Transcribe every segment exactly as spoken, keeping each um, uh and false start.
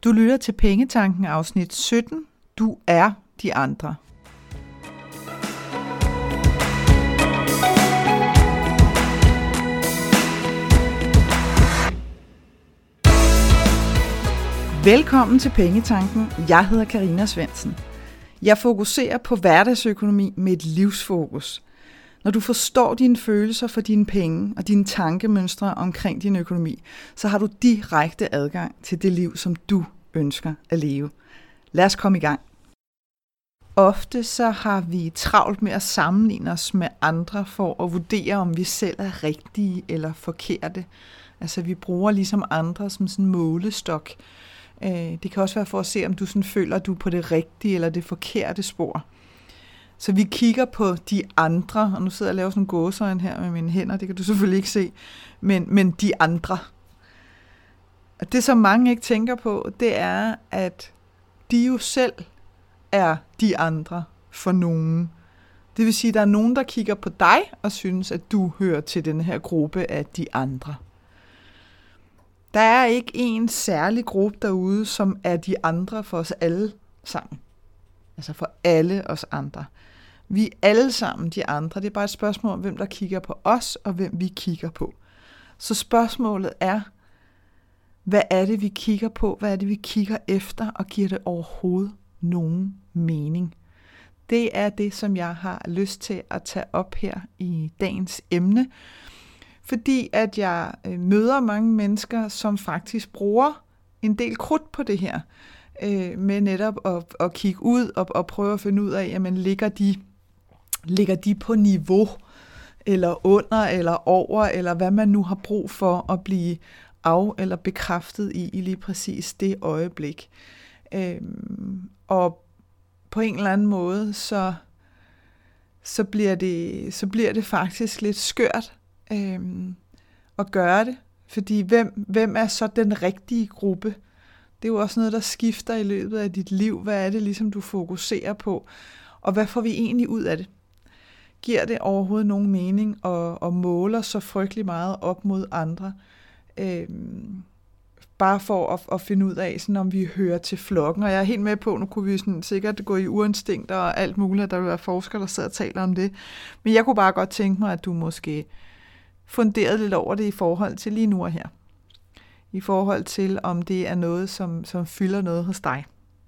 Du lytter til Pengetanken afsnit sytten. Du er de andre. Velkommen til Pengetanken. Jeg hedder Karina Svendsen. Jeg fokuserer på hverdagsøkonomi med et livsfokus. Når du forstår dine følelser for dine penge og dine tankemønstre omkring din økonomi, så har du direkte adgang til det liv, som du ønsker at leve. Lad os komme i gang. Ofte så har vi travlt med at sammenligne os med andre for at vurdere, om vi selv er rigtige eller forkerte. Altså vi bruger ligesom andre som sådan en målestok. Det kan også være for at se, om du sådan føler, at du er på det rigtige eller det forkerte spor. Så vi kigger på de andre, og nu sidder jeg og laver sådan en gåseøjne her med mine hænder, det kan du selvfølgelig ikke se, men, men de andre. Og det, som mange ikke tænker på, det er, at de jo selv er de andre for nogen. Det vil sige, at der er nogen, der kigger på dig og synes, at du hører til den her gruppe af de andre. Der er ikke en særlig gruppe derude, som er de andre for os alle sammen. Altså for alle os andre. Vi er alle sammen de andre. Det er bare et spørgsmål om, hvem der kigger på os, og hvem vi kigger på. Så spørgsmålet er, hvad er det, vi kigger på? Hvad er det, vi kigger efter? Og giver det overhovedet nogen mening? Det er det, som jeg har lyst til at tage op her i dagens emne. Fordi at jeg møder mange mennesker, som faktisk bruger en del krudt på det her. Øh, med netop at, at kigge ud og, og prøve at finde ud af, jamen ligger de, ligger de på niveau, eller under, eller over, eller hvad man nu har brug for at blive af- eller bekræftet i, i lige præcis det øjeblik. Øh, og på en eller anden måde, så, så, bliver, det, så bliver det faktisk lidt skørt øh, at gøre det. Fordi hvem, hvem er så den rigtige gruppe? Det er jo også noget, der skifter i løbet af dit liv. Hvad er det, ligesom du fokuserer på? Og hvad får vi egentlig ud af det? Giver det overhovedet nogen mening at, at måle så frygtelig meget op mod andre? Øhm, bare for at, at finde ud af, sådan, om vi hører til flokken. Og jeg er helt med på, nu kunne vi sådan, sikkert gå i urinstinkt og alt muligt, der vil være forskere, der sidder og taler om det. Men jeg kunne bare godt tænke mig, at du måske funderede lidt over det i forhold til lige nu og her. I forhold til, om det er noget, som, som fylder noget hos dig.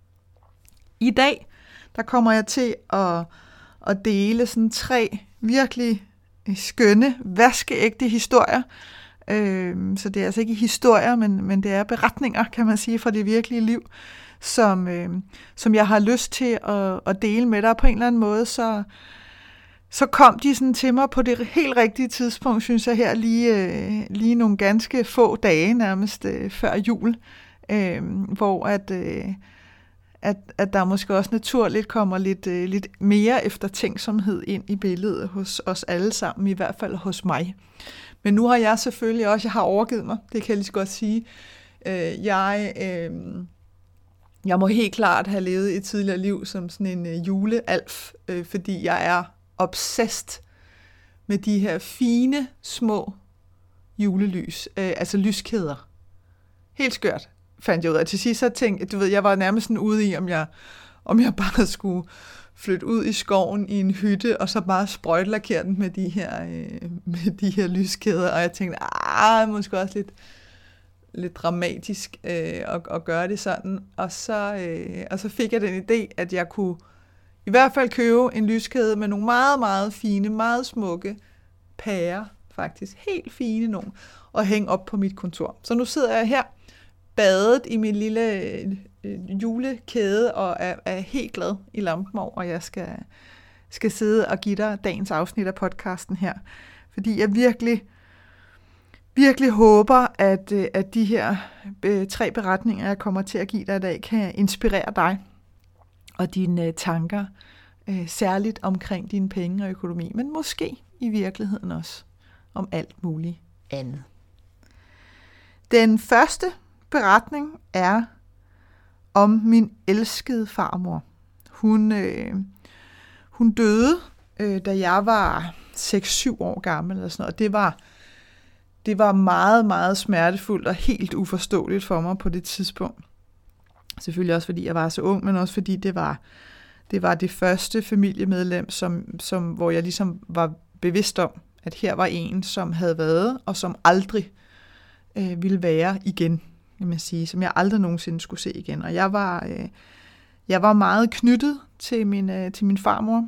I dag, der kommer jeg til at, at dele sådan tre virkelig skønne, vaskeægte historier. Øh, så det er altså ikke historier, men, men det er beretninger, kan man sige, fra det virkelige liv, som, øh, som jeg har lyst til at, at dele med dig på en eller anden måde, så Så kom de sådan til mig på det helt rigtige tidspunkt, synes jeg her, lige, øh, lige nogle ganske få dage nærmest øh, før jul, øh, hvor at, øh, at, at der måske også naturligt kommer lidt, øh, lidt mere eftertænksomhed ind i billedet hos os alle sammen, i hvert fald hos mig. Men nu har jeg selvfølgelig også, jeg har overgivet mig, det kan jeg lige så godt sige. Øh, jeg, øh, jeg må helt klart have levet et tidligere liv som sådan en øh, julealf, øh, fordi jeg er obsessed med de her fine, små julelys, øh, altså lyskæder. Helt skørt, fandt jeg ud af. Til sidst så tænkte, du ved, jeg var nærmest sådan ude i, om jeg, om jeg bare skulle flytte ud i skoven i en hytte, og så bare sprøjtelakere den med de her, øh, med de her lyskæder, og jeg tænkte, ah, måske også lidt, lidt dramatisk øh, at, at gøre det sådan, og så, øh, og så fik jeg den idé, at jeg kunne i hvert fald købe en lyskæde med nogle meget, meget fine, meget smukke pærer, faktisk helt fine nogle, og hænge op på mit kontor. Så nu sidder jeg her, badet i min lille øh, julekæde, og er, er helt glad i lampen over, og jeg skal, skal sidde og give dig dagens afsnit af podcasten her. Fordi jeg virkelig, virkelig håber, at, at de her øh, tre beretninger, jeg kommer til at give dig i dag, kan inspirere dig og dine tanker, øh, særligt omkring dine penge og økonomi, men måske i virkeligheden også om alt muligt andet. Den første beretning er om min elskede farmor. Hun, øh, hun døde, øh, da jeg var seks syv år gammel, eller sådan noget. Det var, det var meget, meget smertefuldt og helt uforståeligt for mig på det tidspunkt. Selvfølgelig også, fordi jeg var så ung, men også fordi det var det, var det første familiemedlem, som, som, hvor jeg ligesom var bevidst om, at her var en, som havde været, og som aldrig øh, ville være igen, kan man sige, som jeg aldrig nogensinde skulle se igen. Og jeg var, øh, jeg var meget knyttet til min, øh, til min farmor.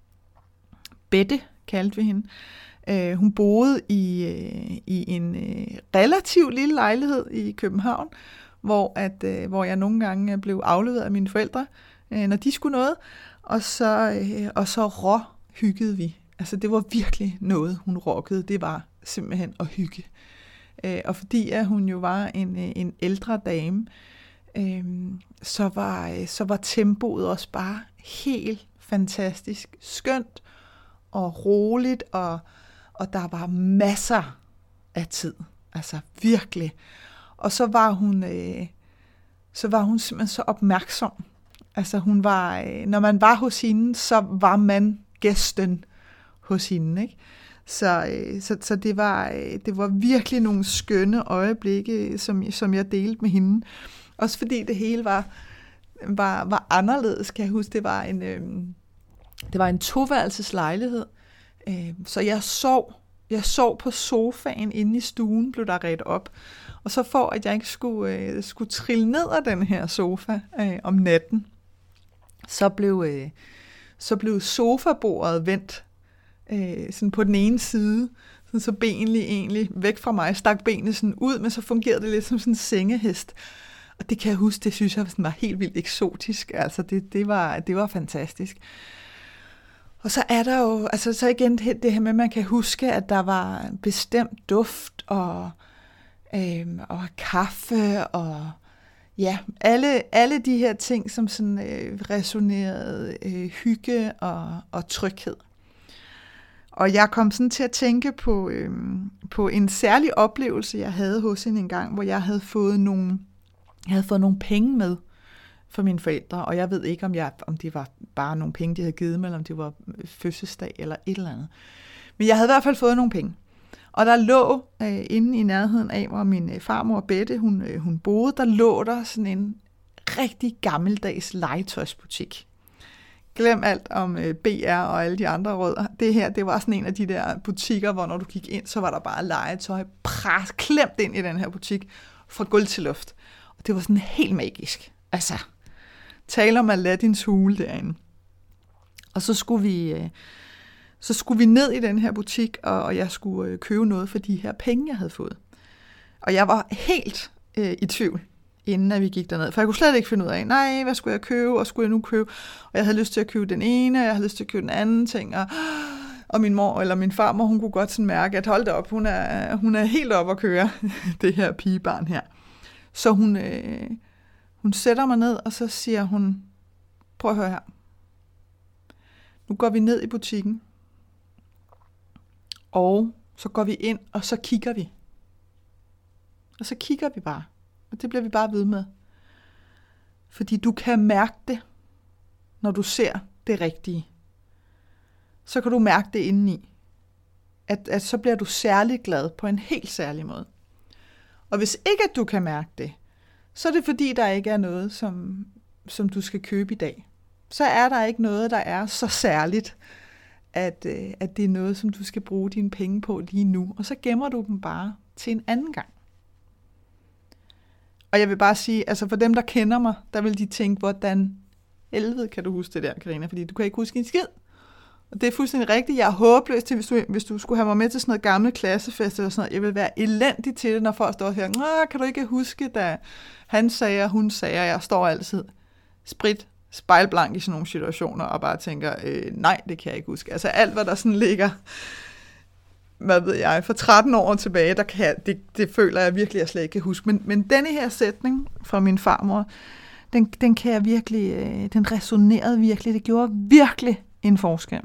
Bette kaldte vi hende. Øh, hun boede i, øh, i en øh, relativt lille lejlighed i København, hvor, at, øh, hvor jeg nogle gange blev afleveret af mine forældre, øh, når de skulle noget, og så, øh, og så råhyggede vi. Altså det var virkelig noget, hun rockede. Det var simpelthen at hygge. Øh, og fordi at hun jo var en, en ældre dame, øh, så, var, så var tempoet også bare helt fantastisk. Skønt og roligt, og, og der var masser af tid. Altså virkelig. Og så var hun, øh, så var hun simpelthen så opmærksom. Altså hun var, øh, når man var hos hende, så var man gæsten hos hende, ikke? Så, øh, så, så det, var, øh, det var virkelig nogle skønne øjeblikke, som, som jeg delte med hende. Også fordi det hele var, var, var anderledes, kan jeg huske. Det var en, øh, det var en toværelses lejlighed. Øh, så jeg sov, jeg sov på sofaen inde i stuen, blev der redt op. Og så for, at jeg ikke skulle, øh, skulle trille ned af den her sofa øh, om natten, så blev, øh, så blev sofabordet vendt øh, sådan på den ene side, sådan så benene egentlig væk fra mig, stak benene sådan ud, men så fungerede det lidt som sådan en sengehest. Og det kan jeg huske, det synes jeg var helt vildt eksotisk. Altså det, det, var, det var fantastisk. Og så er der jo, altså så igen det, det her med, at man kan huske, at der var bestemt duft og, øh, og kaffe og ja, alle, alle de her ting, som sådan øh, resonerede øh, hygge og, og tryghed. Og jeg kom sådan til at tænke på, øh, på en særlig oplevelse, jeg havde hos hende en gang, hvor jeg havde fået nogle, jeg havde fået nogle penge med for mine forældre, og jeg ved ikke, om, jeg, om det var bare nogle penge, de havde givet mig, eller om det var fødselsdag eller et eller andet. Men jeg havde i hvert fald fået nogle penge. Og der lå øh, inde i nærheden af, hvor min øh, farmor Bette, hun, øh, hun boede, der lå der sådan en rigtig gammeldags legetøjsbutik. Glem alt om øh, B R og alle de andre rødder. Det her, det var sådan en af de der butikker, hvor når du gik ind, så var der bare legetøj pres, klemt ind i den her butik, fra gulv til luft. Og det var sådan helt magisk. Altså, tale om Aladdins hule derinde. Og så skulle vi... Øh, Så skulle vi ned i den her butik, og jeg skulle købe noget for de her penge, jeg havde fået. Og jeg var helt øh, i tvivl, inden at vi gik derned. For jeg kunne slet ikke finde ud af, nej, hvad skulle jeg købe, og skulle jeg nu købe? Og jeg havde lyst til at købe den ene, og jeg havde lyst til at købe den anden ting. Og, og min mor, eller min farmor, hun kunne godt sådan mærke, at hold da op, hun er, hun er helt op at køre, det her pigebarn her. Så hun, øh, hun sætter mig ned, og så siger hun, prøv at høre her. Nu går vi ned i butikken. Og så går vi ind, og så kigger vi. Og så kigger vi bare. Og det bliver vi bare ved med. Fordi du kan mærke det, når du ser det rigtige. Så kan du mærke det indeni. At, at så bliver du særlig glad på en helt særlig måde. Og hvis ikke at du kan mærke det, så er det fordi, der ikke er noget, som, som du skal købe i dag. Så er der ikke noget, der er så særligt, At, at det er noget, som du skal bruge dine penge på lige nu. Og så gemmer du dem bare til en anden gang. Og jeg vil bare sige, altså for dem, der kender mig, der vil de tænke, hvordan helvede kan du huske det der, Karina? Fordi du kan ikke huske en skid. Og det er fuldstændig rigtigt. Jeg er håbløs til, hvis du, hvis du skulle have mig med til sådan noget gamle klassefest eller sådan noget. Jeg vil være elendig til det, når folk står her. Nå, kan du ikke huske, da han sagde, og hun sagde, og jeg står altid sprit spejlblank i sådan nogle situationer, og bare tænker, øh, nej, det kan jeg ikke huske. Altså alt, hvad der sådan ligger, hvad ved jeg, for tretten år tilbage, der kan jeg, det, det føler jeg virkelig, jeg slet ikke kan huske. Men, men denne her sætning fra min farmor, den, den kan jeg virkelig, øh, den resonerede virkelig, det gjorde virkelig en forskel.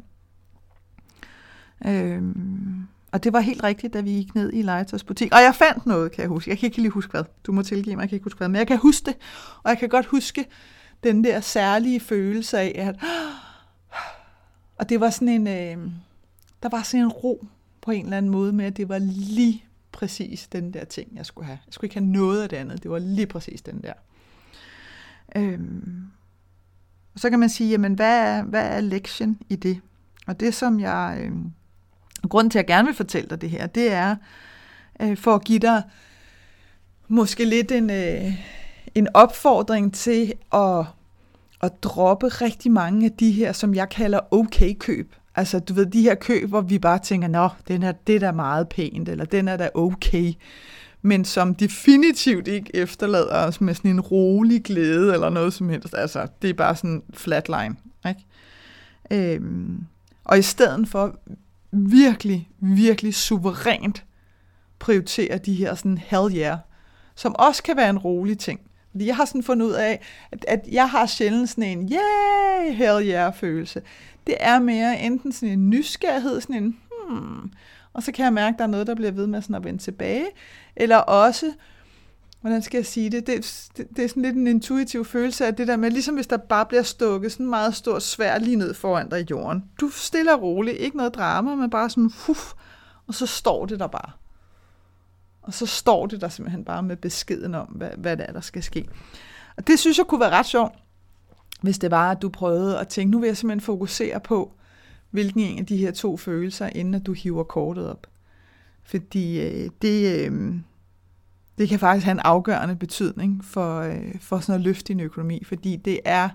Øhm, og det var helt rigtigt, da vi gik ned i legetøjsbutik. Og jeg fandt noget, kan jeg huske. Jeg kan ikke lige huske hvad. Du må tilgive mig, jeg kan ikke huske hvad. Men jeg kan huske det, og jeg kan godt huske den der særlige følelse af, at og det var sådan en, øh, der var sådan en ro på en eller anden måde med, at det var lige præcis den der ting, jeg skulle have. Jeg skulle ikke have noget af det andet. Det var lige præcis den der. Øhm, og så kan man sige, jamen hvad er, hvad er lektien i det? Og det som jeg, øh, grunden til at jeg gerne vil fortælle dig det her, det er øh, for at give dig måske lidt en, øh, en opfordring til at, at droppe rigtig mange af de her, som jeg kalder okay-køb. Altså du ved, de her køb, hvor vi bare tænker, nå, den er, det er da meget pænt, eller den er da okay, men som definitivt ikke efterlader os med sådan en rolig glæde, eller noget som helst. Altså, det er bare sådan flatline, ikke? Øhm, og i stedet for virkelig, virkelig suverænt prioritere de her sådan hell yeah, som også kan være en rolig ting. Fordi jeg har sådan fundet ud af, at, at jeg har sjældent sådan en yeah, hell yeah følelse. Det er mere enten sådan en nysgerrighed, sådan en hmm, og så kan jeg mærke, at der er noget, der bliver ved med sådan at vende tilbage. Eller også, hvordan skal jeg sige det, det, det, det er sådan lidt en intuitiv følelse af det der med, ligesom hvis der bare bliver stukket sådan en meget stor svær lige ned foran dig i jorden. Du stille og roligt, ikke noget drama, men bare sådan, huf, og så står det der bare. Og så står det der simpelthen bare med beskeden om, hvad, hvad det er, der skal ske. Og det synes jeg kunne være ret sjovt, hvis det var, at du prøvede at tænke, nu vil jeg simpelthen fokusere på, hvilken en af de her to følelser, inden at du hiver kortet op. Fordi øh, det, øh, det kan faktisk have en afgørende betydning for, øh, for sådan at løfte din økonomi, fordi det er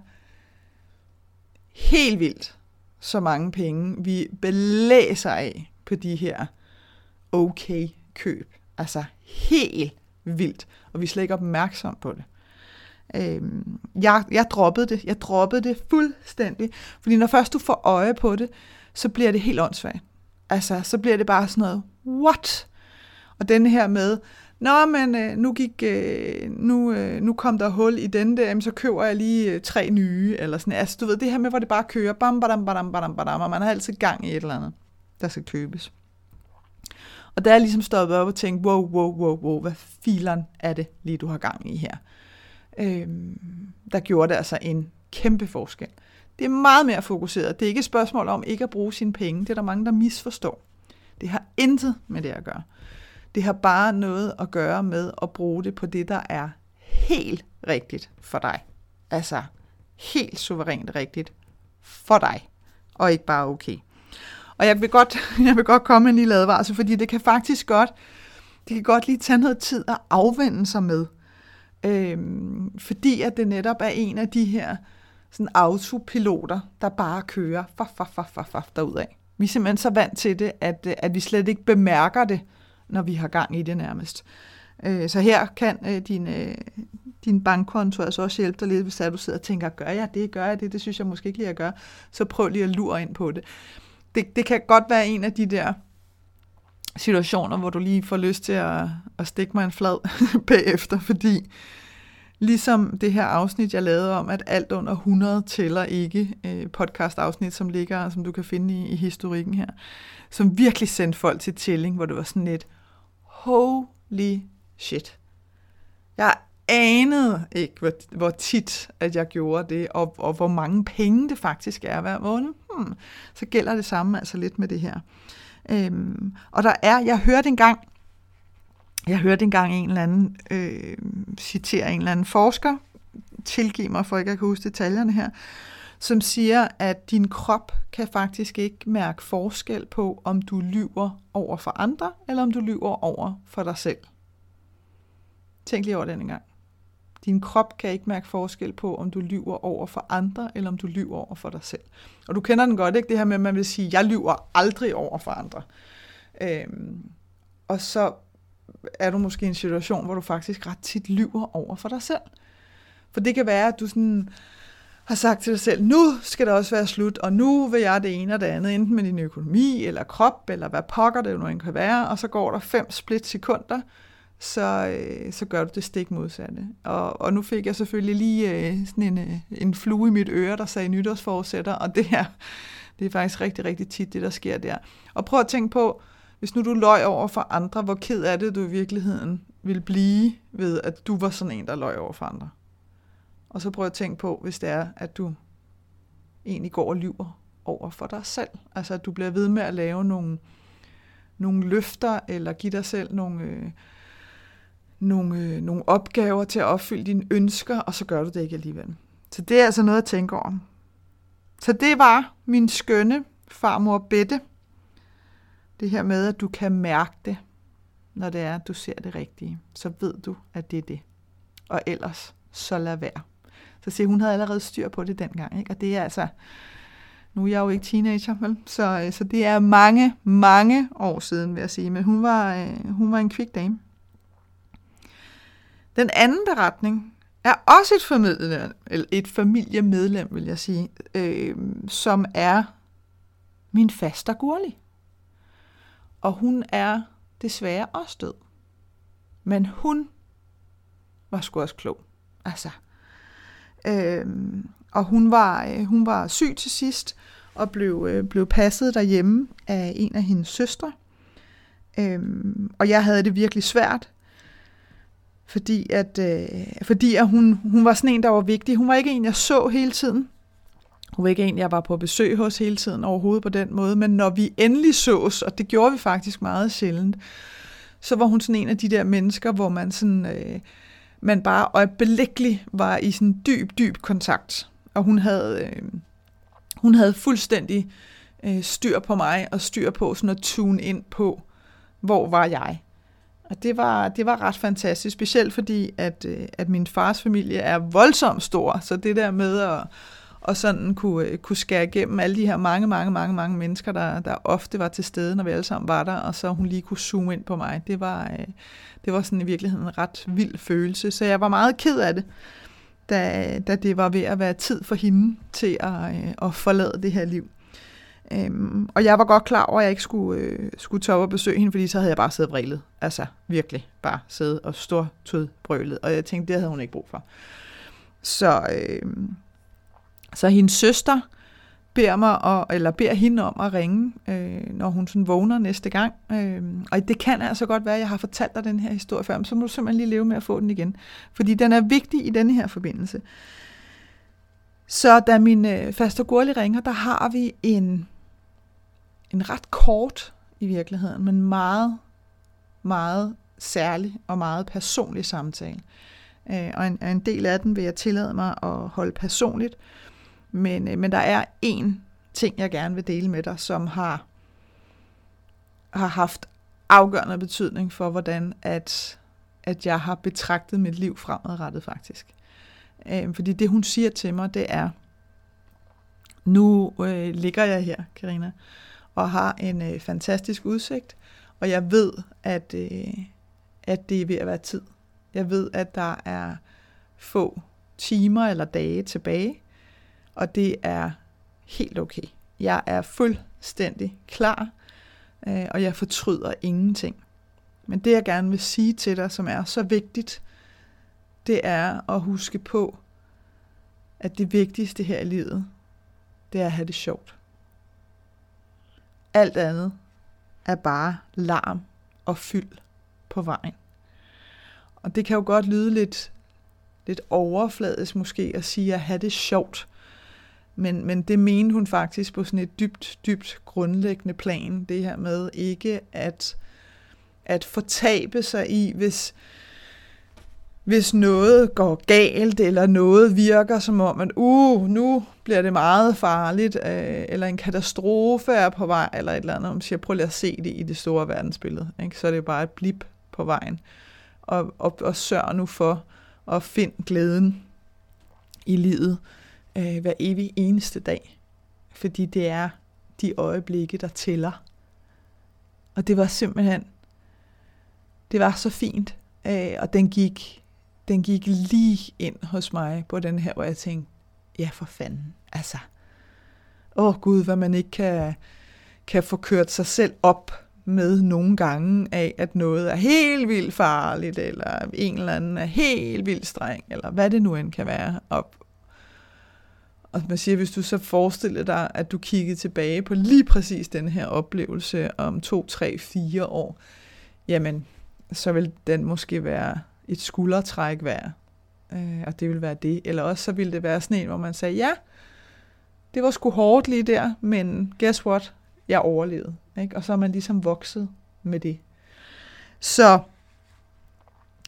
helt vildt så mange penge, vi belæser af på de her okay-køb. Altså helt vildt, og vi er slet ikke opmærksom på det. Øhm, jeg, jeg droppede det. Jeg droppede det fuldstændig. Fordi når først du får øje på det, så bliver det helt åndssvagt. Altså, så bliver det bare sådan noget, what? Og den her med, nå, men øh, nu, gik, øh, nu, øh, nu kom der hul i den der, så køber jeg lige øh, tre nye, eller sådan. Altså, du ved, det her med, hvor det bare kører, bam, badam, badam, badam, badam, og man har altid gang i et eller andet, der skal købes. Og der er jeg ligesom stoppet op og tænkt, wow, wow, wow, wow, hvad fileren er det lige, du har gang i her? Øhm, der gjorde det altså en kæmpe forskel. Det er meget mere fokuseret. Det er ikke et spørgsmål om ikke at bruge sine penge. Det er der mange, der misforstår. Det har intet med det at gøre. Det har bare noget at gøre med at bruge det på det, der er helt rigtigt for dig. Altså helt suverænt rigtigt for dig. Og ikke bare okay. Og jeg vil godt, jeg vil godt komme med en lille advarsel, fordi det kan faktisk godt, det kan godt lige tage noget tid at afvende sig med. Øhm, fordi at det netop er en af de her sådan autopiloter, der bare kører faf, faf, faf, faf, faf, derudad. Vi er simpelthen så vant til det, at, at vi slet ikke bemærker det, når vi har gang i det nærmest. Øh, så her kan øh, din, øh, din bankkonto altså også hjælpe dig lidt, hvis du sidder og tænker, gør jeg det, gør jeg det, det synes jeg måske ikke lige at gøre, så prøv lige at lure ind på det. Det, det kan godt være en af de der situationer, hvor du lige får lyst til at, at stikke mig en flad bagefter, fordi ligesom det her afsnit, jeg lavede om, at alt under hundrede tæller ikke, øh, podcast-afsnit, som ligger, som du kan finde i, i historikken her, som virkelig sendte folk til tælling, hvor det var sådan lidt, holy shit. Jeg anede ikke, hvor, hvor tit, at jeg gjorde det, og, og hvor mange penge det faktisk er hver måned. Hmm. Så gælder det samme altså lidt med det her. Øhm, og der er, jeg hørte engang, jeg hørte engang en eller anden øh, citere en eller anden forsker, tilgiv mig for ikke at kunne huske detaljerne her, som siger, at din krop kan faktisk ikke mærke forskel på, om du lyver over for andre, eller om du lyver over for dig selv. Tænk lige over den en gang. Din krop kan ikke mærke forskel på, om du lyver over for andre, eller om du lyver over for dig selv. Og du kender den godt, ikke? Det her med, at man vil sige, jeg lyver aldrig over for andre. Øhm, og så er du måske i en situation, hvor du faktisk ret tit lyver over for dig selv. For det kan være, at du sådan har sagt til dig selv, nu skal det også være slut, og nu vil jeg det ene og det andet, enten med din økonomi, eller krop, eller hvad pokker det nu end kan være, og så går der fem split sekunder, så, øh, så gør du det stik modsatte. Og, og nu fik jeg selvfølgelig lige øh, sådan en, øh, en flue i mit øre, der sagde nytårsforsætter, og det her, det er faktisk rigtig, rigtig tit det, der sker der. Og prøv at tænke på, hvis nu du løj over for andre, hvor ked er det, du i virkeligheden ville blive ved, at du var sådan en, der løj over for andre. Og så prøv at tænke på, hvis det er, at du egentlig går og lyver over for dig selv. Altså, at du bliver ved med at lave nogle, nogle løfter, eller give dig selv nogle, øh, nogle, øh, nogle opgaver til at opfylde dine ønsker, og så gør du det ikke alligevel. Så det er altså noget at tænke over. Så det var min skønne farmor Bette. Det her med, at du kan mærke det, når det er, at du ser det rigtige. Så ved du, at det er det. Og ellers, så lad være. Så se, hun havde allerede styr på det dengang, ikke? Og det er altså, nu er jeg jo ikke teenager, vel? Så, så det er mange, mange år siden, vil jeg sige. Men hun var, hun var en kvik dame. Den anden beretning er også et, formidlende, eller et familiemedlem, vil jeg sige, øh, som er min faster Gurli. Og hun er desværre også død. Men hun var sgu også klog. Altså, øh, og hun var, øh, hun var syg til sidst, og blev, øh, blev passet derhjemme af en af hendes søstre. Øh, og jeg havde det virkelig svært, fordi at, øh, fordi at hun, hun var sådan en, der var vigtig. Hun var ikke en, jeg så hele tiden. Hun var ikke en, jeg var på besøg hos hele tiden overhovedet på den måde. Men når vi endelig sås, og det gjorde vi faktisk meget sjældent, så var hun sådan en af de der mennesker, hvor man sådan, øh, man bare øjeblikkeligt var i sådan dyb, dyb kontakt. Og hun havde, øh, hun havde fuldstændig øh, styr på mig, og styr på sådan at tune ind på, hvor var jeg. Og det var, det var ret fantastisk, specielt fordi, at, at min fars familie er voldsomt stor, så det der med at, at sådan kunne, kunne skære igennem alle de her mange, mange, mange, mange mennesker, der, der ofte var til stede, når vi alle sammen var der, og så hun lige kunne zoome ind på mig, det var, det var sådan i virkeligheden en ret vild følelse. Så jeg var meget ked af det, da, da det var ved at være tid for hende til at, at forlade det her liv. Øhm, og jeg var godt klar over, at jeg ikke skulle, øh, skulle tage op og besøge hende, fordi så havde jeg bare siddet vrælet. Altså virkelig bare siddet og stortudbrølet. Og jeg tænkte, det havde hun ikke brug for. Så, øh, så hendes søster beder, mig at, eller beder hende om at ringe, øh, når hun sådan vågner næste gang. Øh, og det kan altså godt være, at jeg har fortalt dig den her historie før, men så må du simpelthen lige leve med at få den igen. Fordi den er vigtig i denne her forbindelse. Så da min øh, faster Gurli ringer, der har vi en... En ret kort i virkeligheden, men meget, meget særlig og meget personlig samtale. Øh, og, en, og en del af den vil jeg tillade mig at holde personligt. Men, øh, men der er én ting, jeg gerne vil dele med dig, som har, har haft afgørende betydning for, hvordan at, at jeg har betragtet mit liv fremadrettet faktisk. Øh, fordi det, hun siger til mig, det er, nu øh, ligger jeg her, Karina, og har en øh, fantastisk udsigt, og jeg ved, at, øh, at det er ved at være tid. Jeg ved, at der er få timer eller dage tilbage, og det er helt okay. Jeg er fuldstændig klar, øh, og jeg fortryder ingenting. Men det, jeg gerne vil sige til dig, som er så vigtigt, det er at huske på, at det vigtigste her i livet, det er at have det sjovt. Alt andet er bare larm og fyld på vejen. Og det kan jo godt lyde lidt, lidt overfladisk måske at sige at have det sjovt. Men, men det mente hun faktisk på sådan et dybt, dybt grundlæggende plan. Det her med ikke at, at fortabe sig i, hvis, hvis noget går galt, eller noget virker som om, at uh, nu bliver det meget farligt, øh, eller en katastrofe er på vej, eller et eller andet. Man siger, prøv lige at se det i det store verdensbillede. Ikke? Så er det bare et blip på vejen. Og, og, og sørg nu for at finde glæden i livet øh, hver evig eneste dag. Fordi det er de øjeblikke, der tæller. Og det var simpelthen, det var så fint. Øh, og den gik, den gik lige ind hos mig på den her, hvor jeg tænkte, ja for fanden, altså. Åh Gud, hvad man ikke kan, kan få kørt sig selv op med nogle gange af, at noget er helt vildt farligt, eller en eller anden er helt vildt streng, eller hvad det nu end kan være. Op. Og man siger, hvis du så forestiller dig, at du kiggede tilbage på lige præcis den her oplevelse om to, tre, fire år, jamen, så vil den måske være et skuldertræk værd. Øh, og det vil være det. Eller også så ville det være sådan en, hvor man sagde, ja, det var sgu hårdt lige der, men guess what? Jeg overlevede. Ikke? Og så er man ligesom vokset med det. Så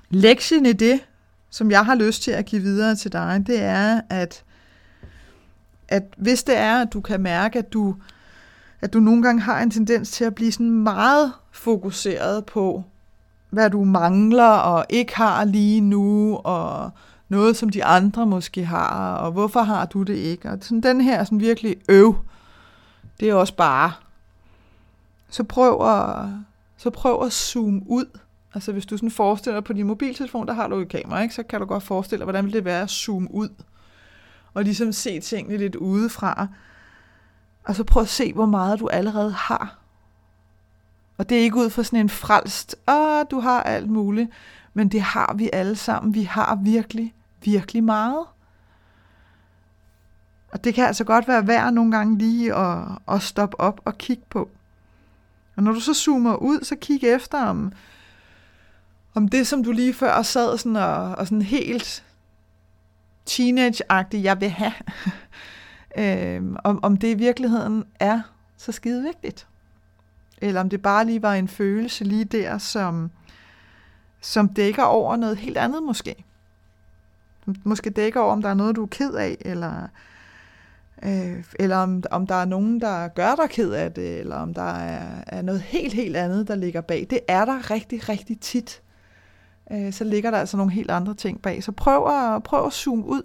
lektien i det, som jeg har lyst til at give videre til dig, det er, at, at hvis det er, at du kan mærke, at du, at du nogle gange har en tendens til at blive sådan meget fokuseret på, hvad du mangler og ikke har lige nu, og noget, som de andre måske har, og hvorfor har du det ikke? Og sådan den her sådan virkelig øv, det er også bare, så prøv at, så prøv at zoome ud. Altså hvis du sådan forestiller dig på din mobiltelefon, der har du et kamera, ikke? Så kan du godt forestille dig, hvordan vil det være at zoome ud, og ligesom se tingene lidt udefra, og så prøv at se, hvor meget du allerede har. Og det er ikke ud fra sådan en frelst, åh, du har alt muligt, men det har vi alle sammen. Vi har virkelig, virkelig meget. Og det kan altså godt være værd nogle gange lige at, at stoppe op og kigge på. Og når du så zoomer ud, så kig efter om, om det, som du lige før sad sådan og, og sådan helt teenage-agtigt, jeg vil have, øhm, om, om det i virkeligheden er så skide vigtigt. Eller om det bare lige var en følelse lige der, som, som dækker over noget helt andet måske. Måske dækker over, om der er noget, du er ked af, eller, øh, eller om, om der er nogen, der gør dig ked af det, eller om der er, er noget helt, helt andet, der ligger bag. Det er der rigtig, rigtig tit. Øh, så ligger der altså nogle helt andre ting bag. Så prøv at, prøv at zoome ud.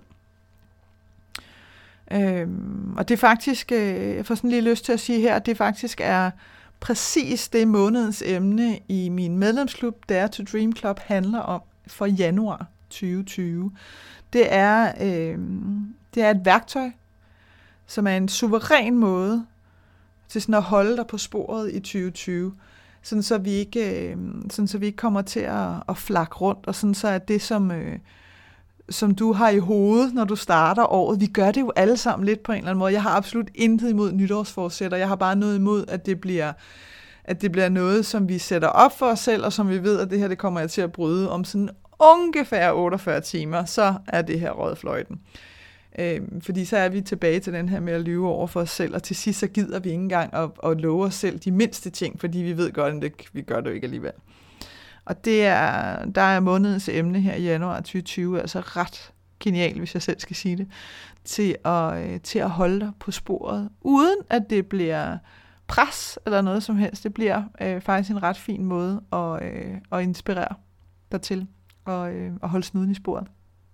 Øh, og det er faktisk, øh, jeg får sådan lige lyst til at sige her, at det faktisk er præcis det månedens emne i min medlemsklub, Dare to Dream Club, handler om for januar tyve tyve. Det er, øh, det er et værktøj, som er en suveræn måde til sådan at holde dig på sporet i tyve tyve, sådan så vi ikke, øh, sådan så vi ikke kommer til at, at flakke rundt, og sådan så at det, som, øh, som du har i hovedet, når du starter året, vi gør det jo alle sammen lidt på en eller anden måde. Jeg har absolut intet imod nytårsforsætter, jeg har bare noget imod, at det bliver, at det bliver noget, som vi sætter op for os selv, og som vi ved, at det her det kommer jeg til at bryde om sådan ungefær otteogfyrre timer, så er det her røget fløjten. Øhm, fordi så er vi tilbage til den her med at lyve over for os selv, og til sidst så gider vi ikke engang at, at love os selv de mindste ting, fordi vi ved godt, at det, vi gør det jo ikke alligevel. Og det er, der er månedens emne her i januar tyve tyve, altså ret genial, hvis jeg selv skal sige det, til at, til at holde dig på sporet, uden at det bliver pres eller noget som helst. Det bliver øh, faktisk en ret fin måde at, øh, at inspirere dig til og, øh, at holde snuden i sporet.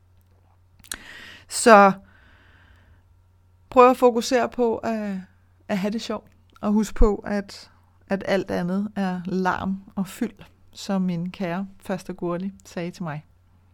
Så prøv at fokusere på at, at have det sjovt, og husk på, at, at alt andet er larm og fyld, som min kære faster Gurli sagde til mig.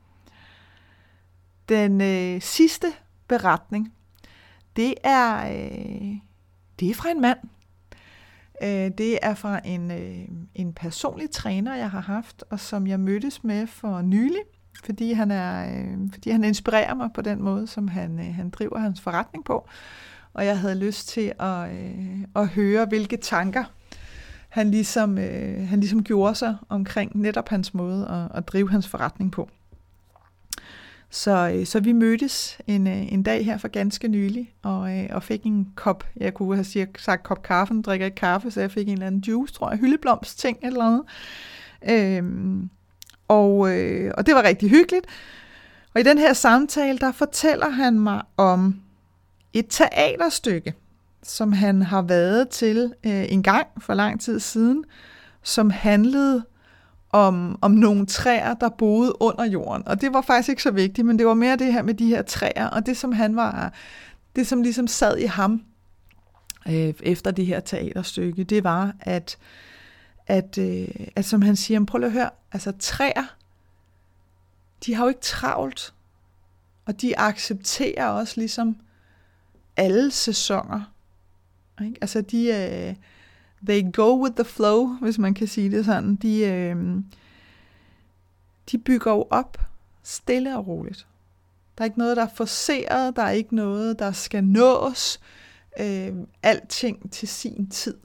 Den øh, sidste beretning, det er, øh, det er fra en mand. Øh, det er fra en, øh, en personlig træner, jeg har haft, og som jeg mødtes med for nylig, fordi han, er, øh, fordi han inspirerer mig på den måde, som han, øh, han driver hans forretning på. Og jeg havde lyst til at, øh, at høre, hvilke tanker han ligesom, øh, han ligesom gjorde sig omkring netop hans måde at, at drive hans forretning på. Så, øh, så vi mødtes en, øh, en dag her for ganske nylig, og, øh, og fik en kop, jeg kunne have sagt, sagt kop kaffe, jeg drikker ikke kaffe, så jeg fik en eller anden juice, tror jeg, hyldeblomst ting eller noget. Øhm, og, øh, og det var rigtig hyggeligt. Og i den her samtale, der fortæller han mig om et teaterstykke, som han har været til øh, en gang for lang tid siden, som handlede om, om nogle træer, der boede under jorden. Og det var faktisk ikke så vigtigt, men det var mere det her med de her træer, og det som han var, det som ligesom sad i ham øh, efter det her teaterstykke, det var, at, at, øh, at som han siger, prøv lige at høre, altså træer, de har jo ikke travlt, og de accepterer også ligesom alle sæsoner. Ikke? Altså de, øh, they go with the flow, hvis man kan sige det sådan. De, øh, de bygger jo op stille og roligt. Der er ikke noget, der er forceret, der er ikke noget, der skal nås. Øh, alting til sin tid.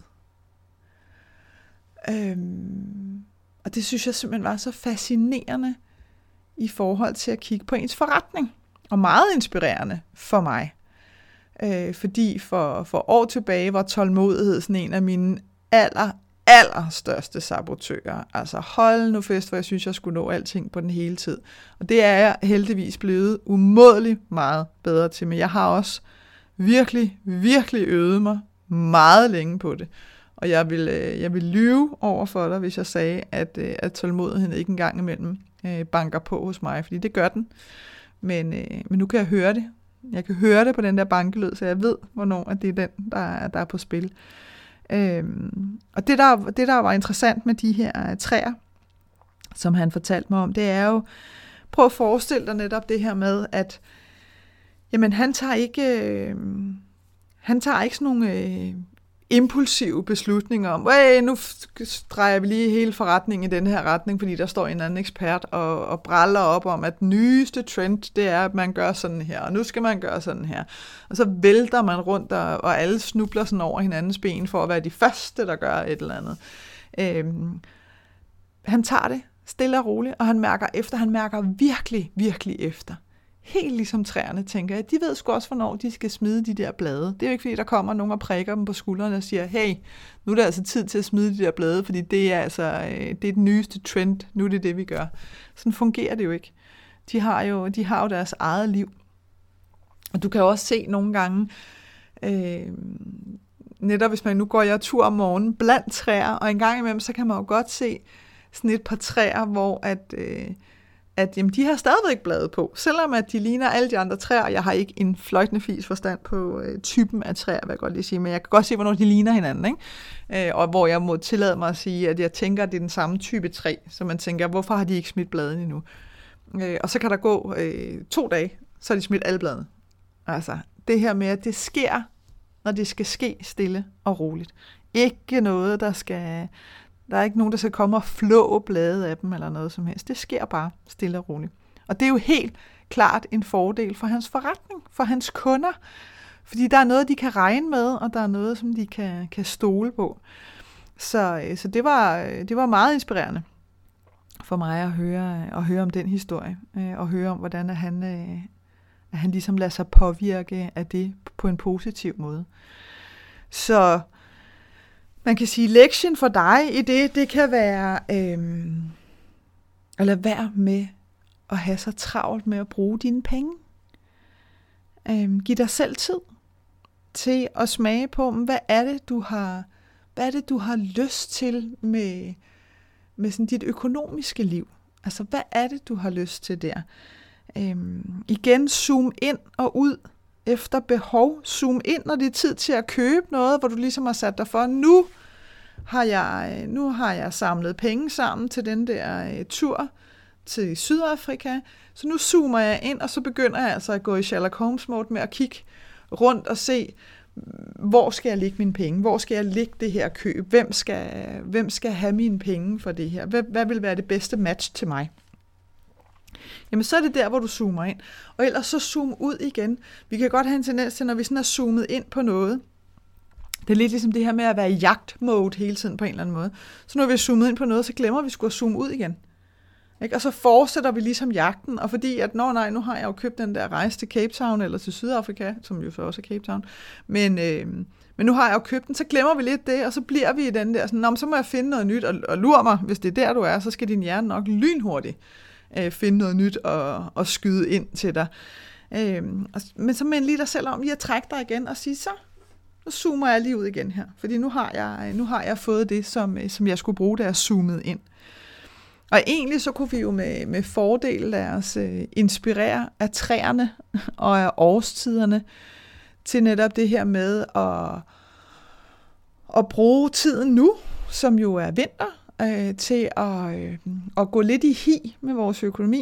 Øh, og det synes jeg simpelthen var så fascinerende i forhold til at kigge på ens forretning. Og meget inspirerende for mig. Øh, fordi for, for år tilbage var tålmodighed sådan en af mine aller, allerstørste sabotører. Altså hold nu fest, hvor jeg synes, jeg skulle nå alting på den hele tid. Og det er jeg heldigvis blevet umådeligt meget bedre til. Men jeg har også virkelig, virkelig øvet mig meget længe på det. Og jeg vil, jeg vil lyve over for dig, hvis jeg sagde, at, at tålmodigheden ikke engang imellem øh, banker på hos mig. Fordi det gør den. Men, øh, men nu kan jeg høre det. Jeg kan høre det på den der bankelyd, så jeg ved, hvornår at det er den, der er, der er på spil. Øhm, og det der, det, der var interessant med de her træer, som han fortalte mig om, det er jo, prøv at forestille dig netop det her med, at jamen, han tager ikke, øh, han tager ikke sådan nogle øh, impulsive beslutninger om, nu drejer vi lige hele forretningen i den her retning, fordi der står en anden ekspert og, og braller op om, at den nyeste trend, det er, at man gør sådan her, og nu skal man gøre sådan her. Og så vælter man rundt, og, og alle snubler sådan over hinandens ben for at være de første, der gør et eller andet. Øhm, han tager det stille og roligt, og han mærker efter, han mærker virkelig, virkelig efter. Helt ligesom træerne, tænker jeg. De ved sgu også, hvornår de skal smide de der blade. Det er jo ikke, fordi der kommer nogen og prikker dem på skuldrene og siger, hey, nu er det altså tid til at smide de der blade, fordi det er altså det er den nyeste trend. Nu er det det, vi gør. Sådan fungerer det jo ikke. De har jo, de har jo deres eget liv. Og du kan jo også se nogle gange, øh, netop hvis man nu går jeg tur om morgenen blandt træer, og en gang imellem, så kan man jo godt se sådan et par træer, hvor at... Øh, at jamen, de har stadigvæk blade på, selvom at de ligner alle de andre træer. Jeg har ikke en fløjtende fis forstand på øh, typen af træer, vil jeg godt lige sige, men jeg kan godt se, hvornår de ligner hinanden, ikke? Øh, og hvor jeg må tillade mig at sige, at jeg tænker, at det er den samme type træ, så man tænker, hvorfor har de ikke smidt bladene endnu? Øh, og så kan der gå øh, to dage, så har de smidt alle bladene. Altså, det her med, at det sker, når det skal ske stille og roligt. Ikke noget, der skal... Der er ikke nogen, der skal komme og flå blade af dem eller noget som helst. Det sker bare stille og roligt. Og det er jo helt klart en fordel for hans forretning, for hans kunder. Fordi der er noget, de kan regne med, og der er noget, som de kan, kan stole på. Så, så det, var, det var meget inspirerende for mig at høre, at høre om den historie. Og høre om, hvordan han, at han ligesom lader sig påvirke af det på en positiv måde. Så... Man kan sige, lektien for dig i det, det kan være øhm, at lade være med at have så travlt med at bruge dine penge. Øhm, giv dig selv tid til at smage på, hvad er det, du har, hvad er det, du har lyst til med, med sådan dit økonomiske liv. Altså, hvad er det, du har lyst til der? Øhm, igen, zoom ind og ud. Efter behov, zoom ind, når det er tid til at købe noget, hvor du ligesom har sat dig for, nu har jeg, nu har jeg samlet penge sammen til den der uh, tur til Sydafrika, så nu zoomer jeg ind, og så begynder jeg altså at gå i Sherlock Holmes mode med at kigge rundt og se, hvor skal jeg lægge mine penge, hvor skal jeg lægge det her køb, hvem skal, hvem skal have mine penge for det her, hvad, hvad vil være det bedste match til mig? Jamen så er det der, hvor du zoomer ind. Og ellers så zoom ud igen. Vi kan godt have en tendens til, når vi sådan er zoomet ind på noget. Det er lidt ligesom det her med at være i jagtmode hele tiden på en eller anden måde. Så når vi er zoomet ind på noget, så glemmer vi sgu at zoome ud igen. Ikke? Og så fortsætter vi ligesom jagten. Og fordi at, nå nej, nu har jeg jo købt den der rejse til Cape Town eller til Sydafrika, som jo så også er Cape Town. Men, øh, men nu har jeg jo købt den, så glemmer vi lidt det, og så bliver vi i den der, sådan, nå, så må jeg finde noget nyt, og, og lur mig, hvis det er der, du er, så skal din hjerne nok lynhurtigt finde noget nyt og, og skyde ind til dig. Øhm, og, men så mind lige dig selv om lige at trække dig igen og sige, så nu zoomer jeg lige ud igen her, fordi nu har jeg, nu har jeg fået det, som, som jeg skulle bruge, da jeg zoomede ind. Og egentlig så kunne vi jo med, med fordel lade os øh, inspirere af træerne og af årstiderne til netop det her med at, at bruge tiden nu, som jo er vinter, Øh, til at, øh, at gå lidt i hi med vores økonomi.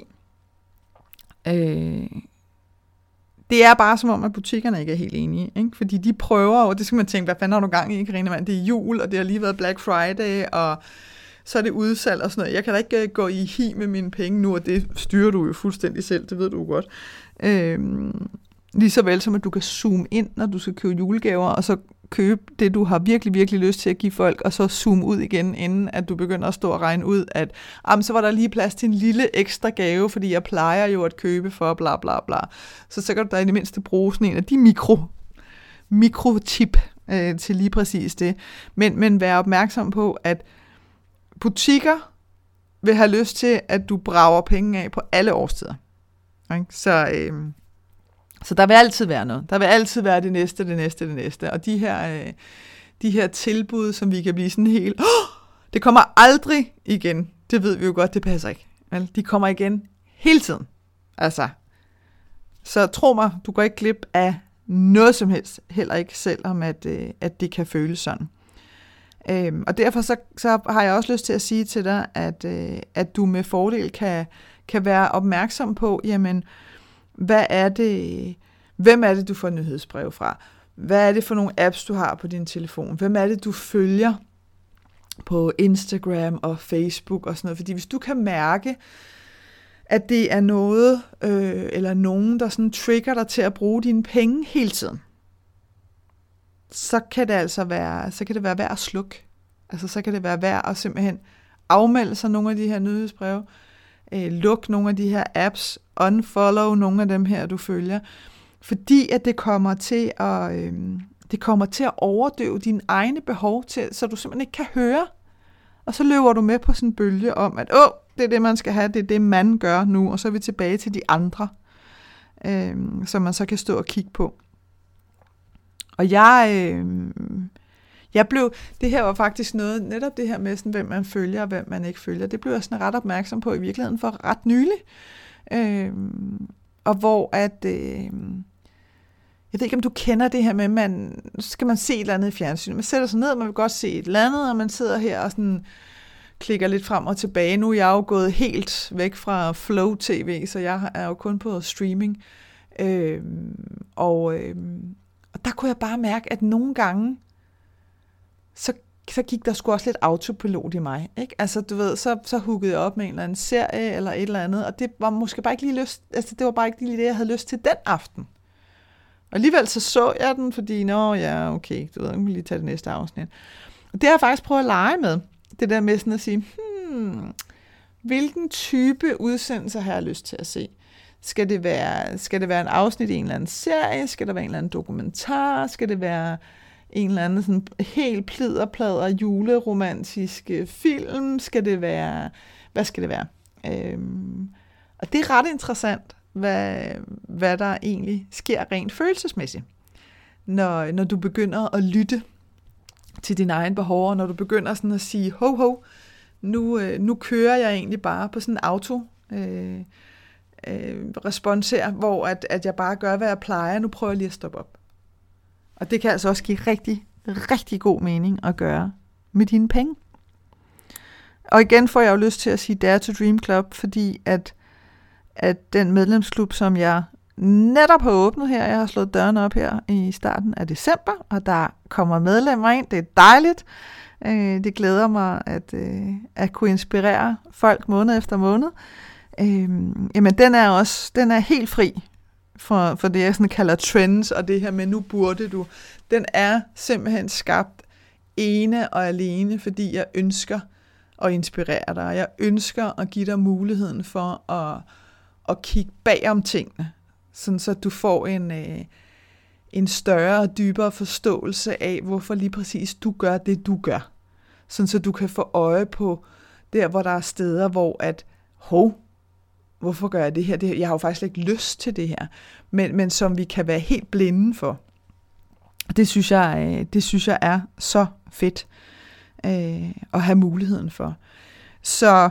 Øh, det er bare som om, at butikkerne ikke er helt enige. Ikke? Fordi de prøver, og det skal man tænke, hvad fanden har du gang i, Karina Mand? Det er jul, og det har lige været Black Friday, og så er det udsalg og sådan noget. Jeg kan da ikke gå i hi med mine penge nu, og det styrer du jo fuldstændig selv, det ved du godt. Øh, lige så vel som, at du kan zoome ind, når du skal købe julegaver, og så købe det, du har virkelig, virkelig lyst til at give folk, og så zoome ud igen, inden at du begynder at stå og regne ud, at jamen, så var der lige plads til en lille ekstra gave, fordi jeg plejer jo at købe for bla bla bla. Så så kan du da i det mindste bruge sådan en af de mikro, mikrotip, øh, til lige præcis det. Men, men vær opmærksom på, at butikker vil have lyst til, at du brager penge af på alle årstider. Okay? Så, øh, så der vil altid være noget. Der vil altid være det næste, det næste, det næste. Og de her, øh, de her tilbud, som vi kan blive sådan helt, oh, det kommer aldrig igen. Det ved vi jo godt, det passer ikke. Vel? De kommer igen hele tiden. Altså, så tro mig, du går ikke glip af noget som helst, heller ikke selvom at, øh, at det kan føles sådan. Øhm, og derfor så, så har jeg også lyst til at sige til dig, at, øh, at du med fordel kan, kan være opmærksom på, jamen, hvad er det, hvem er det, du får nyhedsbrev fra? Hvad er det for nogle apps, du har på din telefon? Hvem er det, du følger på Instagram og Facebook og sådan noget? Fordi hvis du kan mærke, at det er noget, øh, eller nogen, der sådan trigger dig til at bruge dine penge hele tiden, så kan det altså være, så kan det være værd at slukke. Altså, så kan det være værd at simpelthen afmelde sig nogle af de her nyhedsbreve, øh, luk nogle af de her apps, unfollow nogle af dem her, du følger, fordi at det kommer til at, øh, det kommer til at overdøve dine egne behov, til, så du simpelthen ikke kan høre. Og så løber du med på sådan en bølge om, at åh, det er det, man skal have, det er det, man gør nu, og så er vi tilbage til de andre, øh, som man så kan stå og kigge på. Og jeg, øh, jeg blev, det her var faktisk noget, netop det her med, sådan, hvem man følger og hvem man ikke følger, det blev jeg sådan ret opmærksom på i virkeligheden for ret nylig. Øh, og hvor at, øh, jeg ved ikke, om du kender det her med, man, så skal man se et eller andet i fjernsynet. Man sætter sig ned, man vil godt se et eller andet, og man sidder her og sådan klikker lidt frem og tilbage. Nu er jeg jo gået helt væk fra Flow T V, så jeg er jo kun på streaming. Øh, og... Øh, Og der kunne jeg bare mærke, at nogle gange, så, så gik der sgu også lidt autopilot i mig. Ikke? Altså, du ved, så, så huggede jeg op med en eller anden serie eller et eller andet, og det var måske bare ikke lige lyst, altså det var bare ikke lige det, jeg havde lyst til den aften. Og alligevel så så jeg den, fordi, nå ja, okay, du ved, jeg må lige tage det næste afsnit. Og det har jeg faktisk prøvet at lege med, det der med sådan at sige, hmm, hvilken type udsendelser har jeg lyst til at se? Skal det være, skal det være en afsnit i en eller anden serie? Skal der være en eller anden dokumentar? Skal det være en eller anden sådan helt pliderplader juleromantisk film? Skal det være, hvad skal det være? Øhm, og det er ret interessant, hvad, hvad der egentlig sker rent følelsesmæssigt, når, når du begynder at lytte til dine egne behov, og når du begynder sådan at sige, ho ho, nu, nu kører jeg egentlig bare på sådan en auto, øh, Øh, respons her, hvor at, at jeg bare gør, hvad jeg plejer. Nu prøver jeg lige at stoppe op. Og det kan altså også give rigtig, rigtig god mening at gøre med dine penge. Og igen får jeg jo lyst til at sige Dare to Dream Club, fordi at, at den medlemsklub, som jeg netop har åbnet her, jeg har slået døren op her i starten af december, og der kommer medlemmer ind. Det er dejligt. Øh, det glæder mig at, øh, at kunne inspirere folk måned efter måned. Øhm, jamen den er også, den er helt fri for, for det jeg sådan kalder trends, og det her med nu burde du, den er simpelthen skabt ene og alene, fordi jeg ønsker at inspirere dig, jeg ønsker at give dig muligheden for at, at kigge bag om tingene, sådan så du får en, øh, en større og dybere forståelse af, hvorfor lige præcis du gør det du gør, sådan så du kan få øje på der, hvor der er steder, hvor at, hov, hvorfor gør jeg det her? Det, jeg har jo faktisk ikke lyst til det her, men, men som vi kan være helt blinde for. Det synes jeg, det synes jeg er så fedt øh, at have muligheden for. Så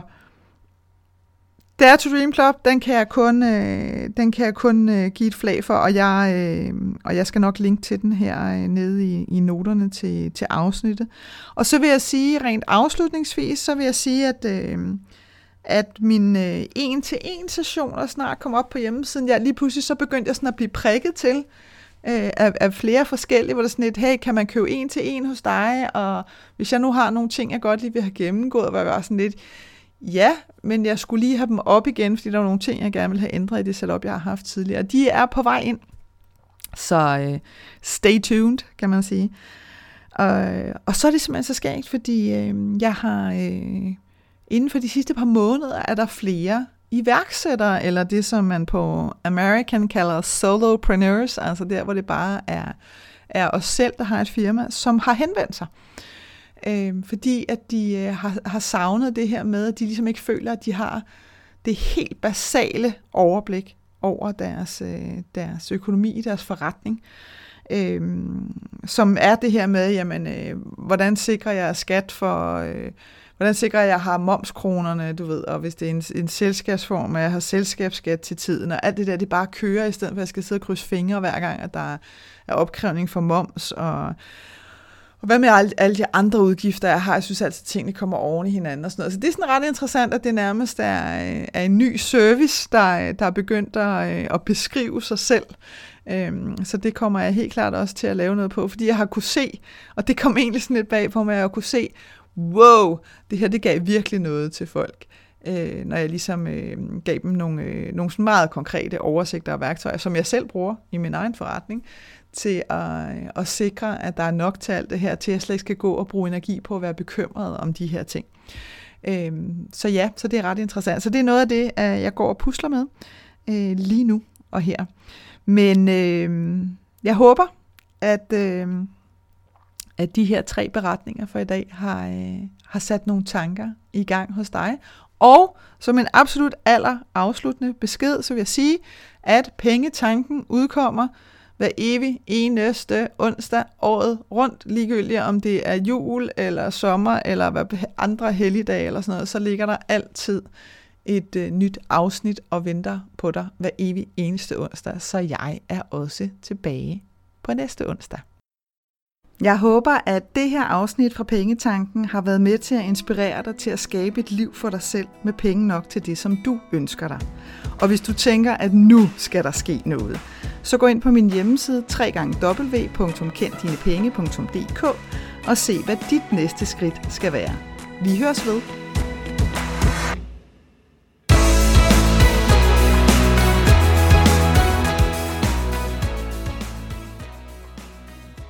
Dare to Dream Club, den kan jeg kun, øh, den kan jeg kun øh, give et flag for, og jeg, øh, og jeg skal nok linke til den her øh, nede i, i noterne til, til afsnittet. Og så vil jeg sige, rent afslutningsvis, så vil jeg sige, at øh, at mine øh, en-til-en sessioner snart kom op på hjemmesiden. Jeg lige pludselig så begyndte jeg sådan at blive prikket til øh, af, af flere forskellige, hvor der sådan et, hey, kan man købe en-til-en hos dig? Og hvis jeg nu har nogle ting, jeg godt lige vil have gennemgået, hvor jeg var sådan lidt, ja, men jeg skulle lige have dem op igen, fordi der var nogle ting, jeg gerne ville have ændret i det setup, jeg har haft tidligere. De er på vej ind. Så øh, stay tuned, kan man sige. Og, og så er det simpelthen så skægt, fordi øh, jeg har... Øh, Inden for de sidste par måneder er der flere iværksættere, eller det, som man på American kalder solopreneurs, altså der, hvor det bare er, af os selv, der har et firma, som har henvendt sig. Øh, fordi at de øh, har, har savnet det her med, at de ligesom ikke føler, at de har det helt basale overblik over deres, øh, deres økonomi, deres forretning. Øhm, som er det her med, jamen, øh, hvordan sikrer jeg skat for, øh, hvordan sikrer jeg, at jeg har momskronerne, du ved, og hvis det er en, en selskabsform, at jeg har selskabsskat til tiden, og alt det der, det bare kører, i stedet for at jeg skal sidde og krydse fingre hver gang, at der er opkrævning for moms, og, og hvad med alle, alle de andre udgifter, jeg har. Jeg synes altid, at tingene kommer oven i hinanden og sådan noget. Så det er sådan ret interessant, at det nærmest er, er en ny service, der, der er begyndt at, at beskrive sig selv. Så det kommer jeg helt klart også til at lave noget på, fordi jeg har kunne se, og det kom egentlig sådan lidt bag på mig, at jeg har kunne se, wow, det her det gav virkelig noget til folk, når jeg ligesom gav dem nogle, nogle sådan meget konkrete oversigter og værktøjer, som jeg selv bruger i min egen forretning, til at, at sikre, at der er nok til alt det her, til at jeg slet ikke skal gå og bruge energi på at være bekymret om de her ting. Så ja, så det er ret interessant. Så det er noget af det, jeg går og pusler med lige nu og her. Men øh, jeg håber, at, øh, at de her tre beretninger for i dag har, øh, har sat nogle tanker i gang hos dig. Og som en absolut aller afsluttende besked, så vil jeg sige, at Pengetanken udkommer hver evig eneste onsdag året rundt, ligegyldigt om det er jul eller sommer eller hvad andre helligdage eller sådan noget, så ligger der altid et øh, nyt afsnit og venter på dig hver evig eneste onsdag, så jeg er også tilbage på næste onsdag. Jeg håber, at det her afsnit fra Pengetanken har været med til at inspirere dig til at skabe et liv for dig selv med penge nok til det, som du ønsker dig. Og hvis du tænker, at nu skal der ske noget, så gå ind på min hjemmeside w w w punktum kend dine penge punktum d k og se, hvad dit næste skridt skal være. Vi høres ved.